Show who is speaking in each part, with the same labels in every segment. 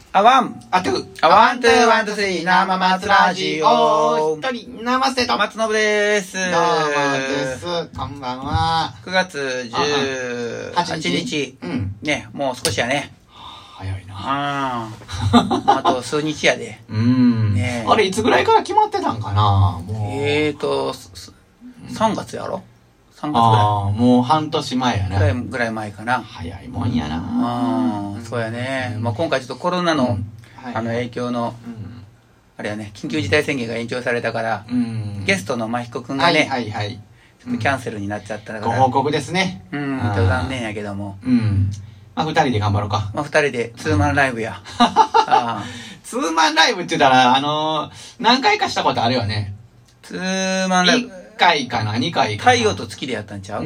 Speaker 1: あワン、
Speaker 2: あ、トゥー、
Speaker 1: ワン、ツー、ワン、ツー、スリー、生松ラジオ。
Speaker 2: 一人、生捨てと。
Speaker 1: 松信です。
Speaker 2: どうもです。こんばんは。
Speaker 1: 9月18日。
Speaker 2: うん。
Speaker 1: ね、もう少しやね。
Speaker 2: 早いな。
Speaker 1: あと数日やで。
Speaker 2: ねあれ、いつぐらいから決まってたんかなもう。
Speaker 1: 3月やろ ?3 月ぐらい。
Speaker 2: ああ、もう半年前やな。
Speaker 1: ぐらい前かな。
Speaker 2: 早いもんやな。
Speaker 1: そうやね。まあ今回ちょっとコロナの影響の、あれやね、緊急事態宣言が延長されたから、ゲストの真彦くんがね、ちょっとキャンセルになっちゃったから。
Speaker 2: ご報告ですね。
Speaker 1: ちょっと残念やけども。
Speaker 2: まあ二人で頑張ろうか。
Speaker 1: まあ二人でツーマンライブや。
Speaker 2: ツーマンライブって言ったら、何回かしたことあるよね。
Speaker 1: ツーマンライブ。
Speaker 2: 1回かな、2回かな。
Speaker 1: 太陽と月でやったんちゃう？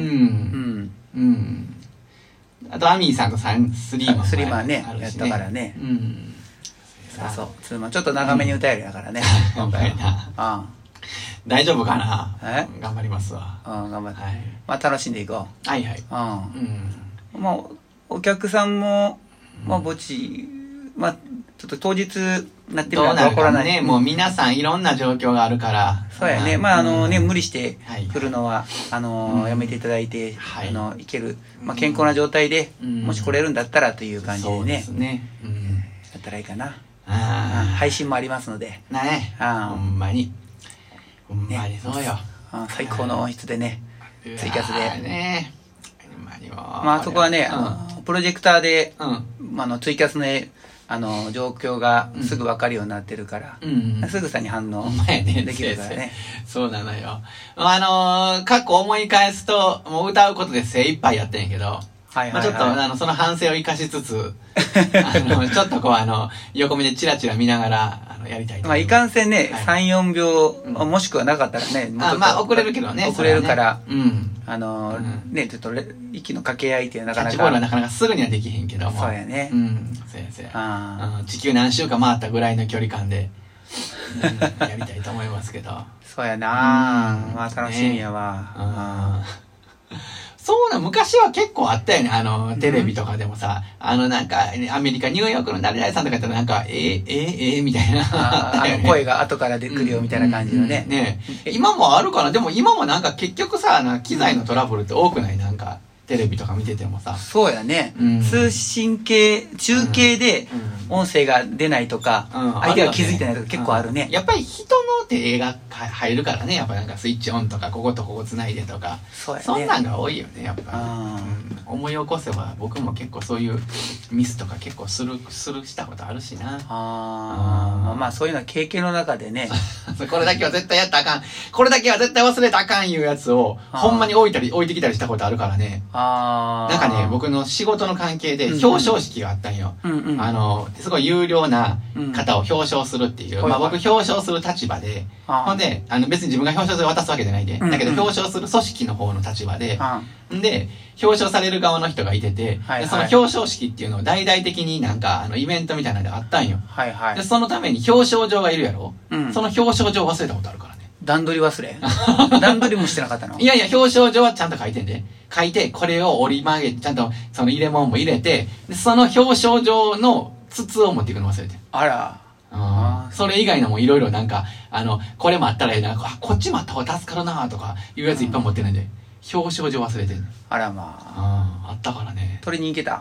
Speaker 2: あと、アミーさんとスリーマン。
Speaker 1: スリーマンね、やったからね。そう、ツーマン。ちょっと長めに歌えるやからね。
Speaker 2: 今回な。大丈夫かな？頑張りますわ。
Speaker 1: 頑張って。まあ楽しんでいこ
Speaker 2: う。はいはい。
Speaker 1: まあ、お客さんも、まあ墓地、まあ、ちょっと当日なってみないとわからないね。
Speaker 2: もう皆さんいろんな状況があるから。
Speaker 1: そうやね。まあ無理して来るのは、やめていただいて、行ける、まあ健康な状態で、もし来れるんだったらという感じでね。そうですね。やったらいいかな。配信もありますので。
Speaker 2: ね。ほんまに。ほんまにそうよ。
Speaker 1: 最高の音質でね、ツイキャスで。
Speaker 2: ね。
Speaker 1: まあそこはね、プロジェクターで、ツイキャスの状況がすぐ分かるようになってるから、すぐさに反応できるからね。
Speaker 2: そうなのよ。過去思い返すと、もう歌うことで精一杯やってんやけど、ちょっとその反省を生かしつつ、ちょっと横目でチラチラ見ながら、やりたいと。
Speaker 1: まあいかんせんね、3、4秒、もしくはなかったらね、
Speaker 2: まあ遅れるけどね。
Speaker 1: 遅れるから、ね、ちょっと息の掛け合いっていうなかなか。
Speaker 2: キャッチボールはなかなかすぐにはできへんけども。
Speaker 1: そうやね。
Speaker 2: 先生。地球何周か回ったぐらいの距離感で、やりたいと思いますけど。
Speaker 1: そうやな。まあ楽しみやわ。
Speaker 2: そう昔は結構あったよね。テレビとかでもさ、なんか、アメリカ、ニューヨークの誰々さんとか言ったらなんか、みたいな。
Speaker 1: 声が後から出てくるよみたいな感じのね。
Speaker 2: ね今もあるかな。でも今もなんか結局さ、機材のトラブルって多くない？なんか、テレビとか見ててもさ。
Speaker 1: そうやね。通信系、中継で音声が出ないとか、相手が気づいてないとか結構あるね。
Speaker 2: やっぱり人の手が入るからね。やっぱなんかスイッチオンとか、こことここ繋いでとか。そうやね。そんなんが多いよね、やっぱ。思い起こせば僕も結構そういうミスとか結構したことあるしな。
Speaker 1: まあそういうのは経験の中でね。
Speaker 2: これだけは絶対やったらあかん。これだけは絶対忘れたらあかんいうやつを、ほんまに置いてきたりしたことあるからね。なんかね、僕の仕事の関係で表彰式があったんよ。すごい有料な方を表彰するっていう。まあ僕表彰する立場で、ほんで、別に自分が表彰で渡すわけじゃないで。だけど表彰する組織の方の立場で、で、表彰される側の人がいてて、その表彰式っていうのを大々的になんか、イベントみたいなのがあったんよ。で、そのために表彰状がいるやろ？その表彰状忘れたことあるからね。
Speaker 1: 段取り忘れ段取りもしてなかったの？
Speaker 2: いやいや、表彰状はちゃんと書いてんで。書いて、これを折り曲げて、ちゃんとその入れ物も入れて、でその表彰状の筒を持っていくの忘れて。
Speaker 1: あら。
Speaker 2: それ以外のもいろいろなんか、これもあったらええな、こっちもあった方が助かるなとかいうやついっぱい持ってるんで、表彰状忘れてんねん。
Speaker 1: あらまあ。
Speaker 2: あったからね。
Speaker 1: 取りに行けた？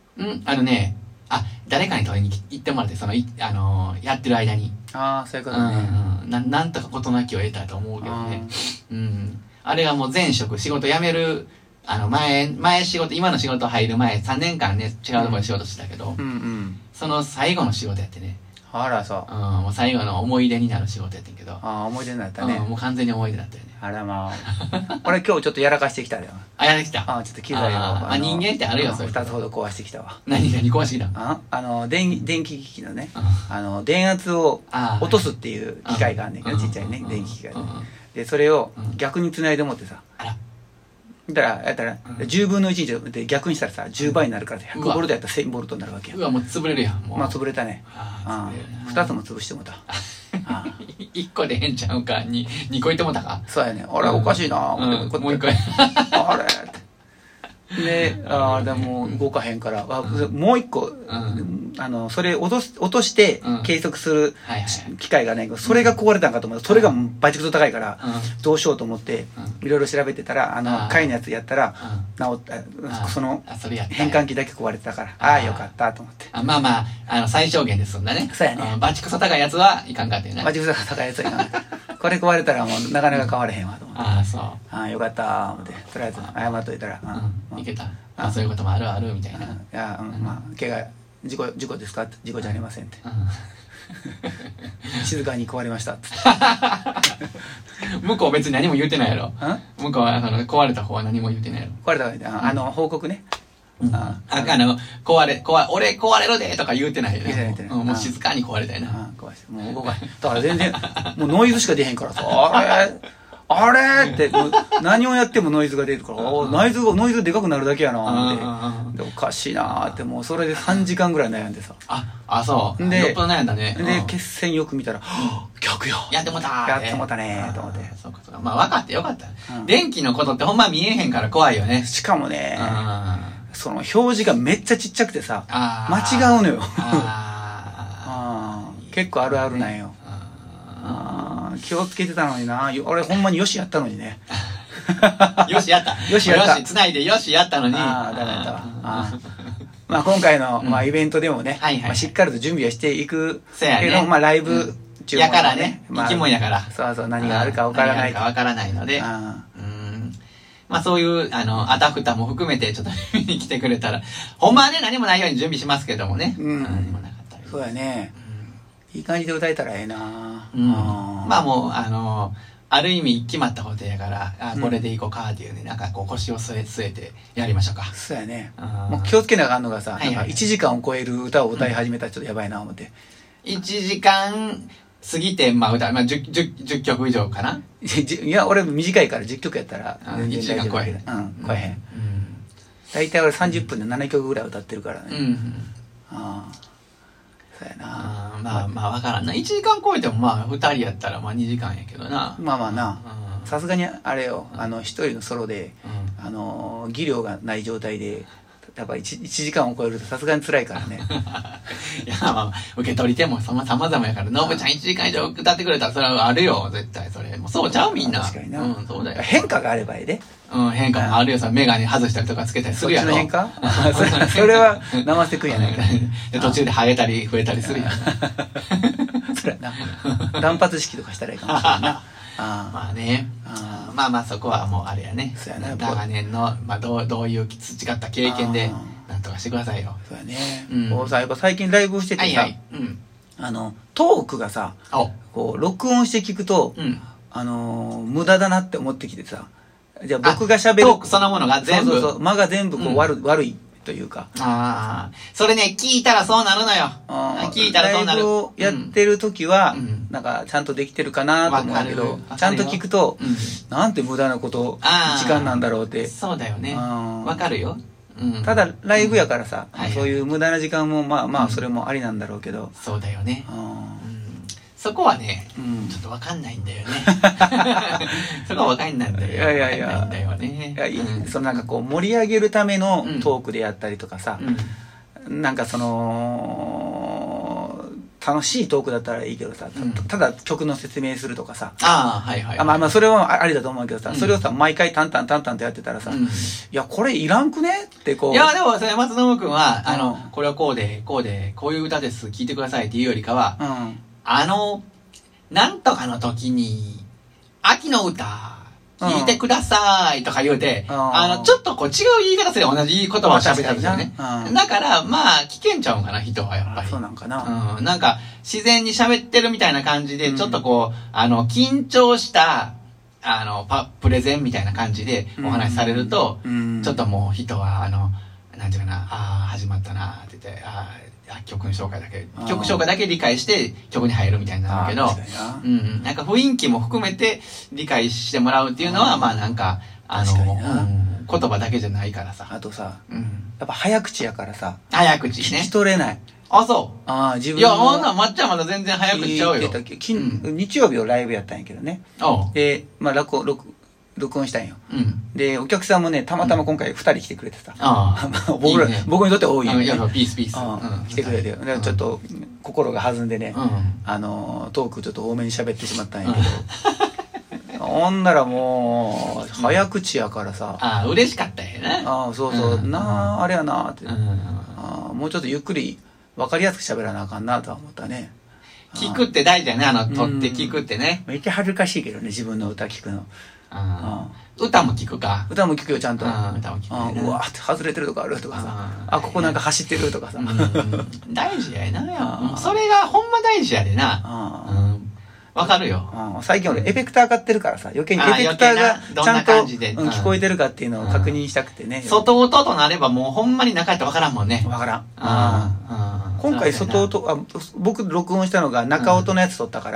Speaker 2: 誰かに取りに行ってもらって、やってる間に。
Speaker 1: そういうことね。
Speaker 2: なんとか事なきを得たと思うけどね。あれがもう前職、仕事辞める、今の仕事入る前、3年間ね、違うところで仕事してたけど、その最後の仕事やってね。
Speaker 1: あら、そう。
Speaker 2: もう最後の思い出になる仕事やってんけど。
Speaker 1: 思い出になったね。
Speaker 2: もう完全に思い出だったよね。
Speaker 1: あらまあ。俺今日ちょっとやらかしてきたよ。
Speaker 2: やらかしてきた？
Speaker 1: ちょっと機材を。
Speaker 2: 人間ってあるよ、それ。
Speaker 1: 2つほど壊してきたわ。
Speaker 2: 何壊してきた？
Speaker 1: 電気機器のね、電圧を落とすっていう機械があんねんけど、ちっちゃいね、電気機械で。で、それを逆に繋いでもってさ。やったら、10分の1で逆にしたらさ、10倍になるから100ボルトやったら1000ボルトになるわけや。
Speaker 2: もう潰れるやん。
Speaker 1: まあ潰れたね。2つも潰してもた。
Speaker 2: 1個でええんちゃうか、2個いってもたか。
Speaker 1: そうやね。あれおかしいな。
Speaker 2: もう1個。
Speaker 1: あれって。 で、でも動かへんから、もう一個、それ落として計測する機械がないけど、それが壊れたんかと思う。それがバチクソ高いから、どうしようと思って、いろいろ調べてたら、貝のやつやったら、治った、その変換器だけ壊れてたから、よかったと思って。
Speaker 2: まあまあ、最小限ですんだね。
Speaker 1: そうやね。
Speaker 2: バチクソ高いやつはいかんかってね。
Speaker 1: バチクソ高いやつはいかんかった。これ壊れたらもうなかなか変われへんわと思って。
Speaker 2: そう。
Speaker 1: よかった思って、とりあえず謝っといたら、
Speaker 2: いけた。そういうこともあるあるみたいな。い
Speaker 1: や、まあ、怪我、事故ですかって、事故じゃありませんって。静かに壊れましたって。
Speaker 2: 向こう別に何も言うてないやろ。向こうは、壊れた方は何も言うてないやろ。
Speaker 1: 壊れた方、報告ね。
Speaker 2: 俺壊れるでとか言うてないね。もう静かに壊れたいな。
Speaker 1: もう動かない。だから全然、もうノイズしか出へんからさ、あれって、何をやってもノイズが出るから、ノイズでかくなるだけやなって。おかしいなーって、もうそれで3時間ぐらい悩んでさ。
Speaker 2: そう。で、よっぽど悩んだね。
Speaker 1: で、決戦よく見たら、逆よ。
Speaker 2: やってもた
Speaker 1: やってもたねーと思って。
Speaker 2: そうかそうか。まあ分かってよかった。電気のことってほんま見えへんから怖いよね。
Speaker 1: しかもね、その表示がめっちゃちっちゃくてさ、間違うのよ。結構あるあるなんよ。気をつけてたのにな。俺ほんまによしやったのにね。
Speaker 2: よしやった。よし繋いでよしやったのに。
Speaker 1: ダメだったわ。まあ今回のイベントでもね、しっかりと準備はしていくけど、まあライブ
Speaker 2: 中もやからね。生き物やから。
Speaker 1: そうそう、何があるか分からない。
Speaker 2: 分からないので。まあそういう、あたふたも含めてちょっと見に来てくれたら、ほんまはね、何もないように準備しますけどもね。何もなかったり。
Speaker 1: そうやね。いい感じで歌えたらええな。
Speaker 2: まあもう、ある意味決まったことやから、これでいこうかっていうね、なんかこう腰を据えてやりましょうか。
Speaker 1: そうやね。もう気をつけなあかんのがさ、1時間を超える歌を歌い始めたらちょっとやばいな思って。
Speaker 2: 1時間過ぎて、まあ10曲以上かな。
Speaker 1: いや、俺短いから10曲やったら
Speaker 2: 全然大丈夫。1時間超えへ
Speaker 1: ん。超えへん。大体俺30分で7曲ぐらい歌ってるからね。そうやな。
Speaker 2: まあ分からんな。1時間超えてもまあ2人やったらまあ2時間やけどな。
Speaker 1: まあまあな。さすがにあれよ、一人のソロで、技量がない状態で、やっぱり 1時間を超えるとさすがに辛いからね。
Speaker 2: いや、まあ、受け取り手も様々やから、ノブちゃん1時間以上歌ってくれたらそれはあるよ、絶対それ。もうそうちゃうみんな。
Speaker 1: 確かにな。
Speaker 2: そうだよ。
Speaker 1: 変化があればいいで。
Speaker 2: 変化もあるよ、メガネ外したりとかつけたりするやろ。
Speaker 1: そっちの変化それは生瀬くんやないか。
Speaker 2: 途中で生えたり増えたりするやん。
Speaker 1: それな。断髪式とかしたらいいかもしれないな。
Speaker 2: まあね。まあそこはもうあれやね。長年の、まあどういう培った経験で、なんとかしてくださいよ。
Speaker 1: そうやね。やっぱ最近ライブしててさ、トークがさ、こう、録音して聞くと、無駄だなって思ってきてさ、じゃあ僕が喋る。
Speaker 2: トークそのものが全部。
Speaker 1: 間が全部こう悪いというか。
Speaker 2: それね、聞いたらそうなるのよ。聞いたらそうなる。
Speaker 1: ライブをやってる時は、なんかちゃんとできてるかなと思うんだけど、ちゃんと聞くと、なんて無駄なこと、時間なんだろうって。
Speaker 2: そうだよね。わかるよ。
Speaker 1: ただライブやからさ、そういう無駄な時間もまあそれもありなんだろうけど。
Speaker 2: そうだよね。そこはね、ちょっとわかんないんだよね。そこはわかんないんだよ。
Speaker 1: いや。そのなんかこう盛り上げるためのトークであったりとかさ、なんかその、楽しいトークだったらいいけどさ、ただ曲の説明するとかさ。まあそれはありだと思うけどさ、それをさ、毎回タンタンとやってたらさ、いや、これいらんくねってこう。
Speaker 2: いや、でも松信くんは、これはこうで、こういう歌です、聞いてくださいっていうよりかは、なんとかの時に、秋の歌、聞いてくださいとか言うて、ちょっとこう違う言い方する同じ言葉を喋ったんですよね。だから、まあ、聞けんちゃうんかな、人はやっぱり。
Speaker 1: そうなんかな。
Speaker 2: なんか、自然に喋ってるみたいな感じで、ちょっとこう、緊張した、プレゼンみたいな感じでお話しされると、ちょっともう人は、なんていうかな、始まったな、って言って、曲紹介だけ理解して曲に入るみたいになるけど、なんか雰囲気も含めて理解してもらうっていうのは、まあなんか、言葉だけじゃないからさ。
Speaker 1: あとさ、やっぱ早口やからさ、
Speaker 2: 早口ね。
Speaker 1: 聞き取れない。
Speaker 2: そう。
Speaker 1: 自分
Speaker 2: いや、まっちゃんまだ全然早口ちゃうよ。
Speaker 1: 日曜日をライブやったんやけどね。で、まあ録音したんよ。で、お客さんもね、たまたま今回2人来てくれてさ。僕にとって多いよね。
Speaker 2: ピースピース。
Speaker 1: 来てくれて。ちょっと、心が弾んでね、トークちょっと多めに喋ってしまったんやけど。ほんならもう、早口やからさ。
Speaker 2: 嬉しかったよね。
Speaker 1: そうそう。あれやなって。もうちょっとゆっくり、わかりやすく喋らなあかんなとは思ったね。
Speaker 2: 聞くって大事だね、撮って聞くってね。
Speaker 1: めっちゃ恥ずかしいけどね、自分の歌聞くの。
Speaker 2: 歌も聞くか。
Speaker 1: 歌も聞くよ、ちゃんと。
Speaker 2: 歌も聞く。
Speaker 1: うわーって外れてるとかあるとかさ。ここなんか走ってるとかさ。
Speaker 2: 大事やな。それがほんま大事やでな。わかるよ。
Speaker 1: 最近俺エフェクター買ってるからさ、余計にエフェクターがちゃんと聞こえてるかっていうのを確認したくてね。
Speaker 2: 外音となればもうほんまに中やったらわからんもんね。
Speaker 1: わからん。今回外音、僕録音したのが中音のやつ撮ったから、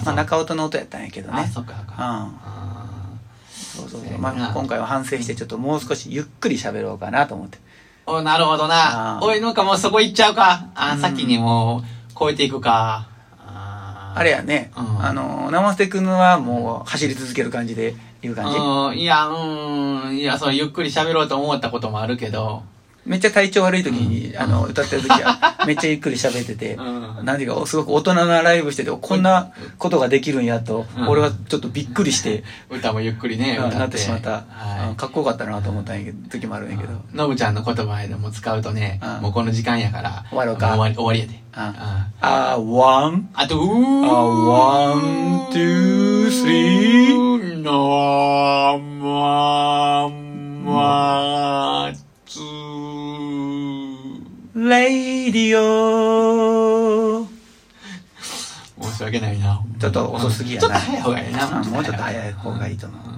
Speaker 1: 中音の音やったんやけどね。
Speaker 2: そっかそっか。
Speaker 1: そうそう。今回は反省してちょっともう少しゆっくり喋ろうかなと思って。
Speaker 2: なるほどな。おい、なんかもうそこ行っちゃうか。先にもう超えていくか。
Speaker 1: あれやね、生瀬くんはもう走り続ける感じで言う感じ。
Speaker 2: いや、そのゆっくり喋ろうと思ったこともあるけど。
Speaker 1: めっちゃ体調悪い時に、歌ってる時は、めっちゃゆっくり喋ってて、何ていうか、すごく大人なライブしてて、こんなことができるんやと、俺はちょっとびっくりして、
Speaker 2: 歌もゆっくりね、
Speaker 1: なってしまった。かっこよかったなと思ったんやけど、時もあるんやけど。
Speaker 2: のぶちゃんの言葉でも使うとね、もうこの時間やから、
Speaker 1: 終わろうか。
Speaker 2: 終わりやで。
Speaker 1: one,
Speaker 2: あと、
Speaker 1: one, two, three,
Speaker 2: no,
Speaker 1: radio
Speaker 2: 申し訳ないな。
Speaker 1: ちょっと遅すぎやな。
Speaker 2: ちょっと早い方がいいな。
Speaker 1: もうちょっと早い方がいいと思う。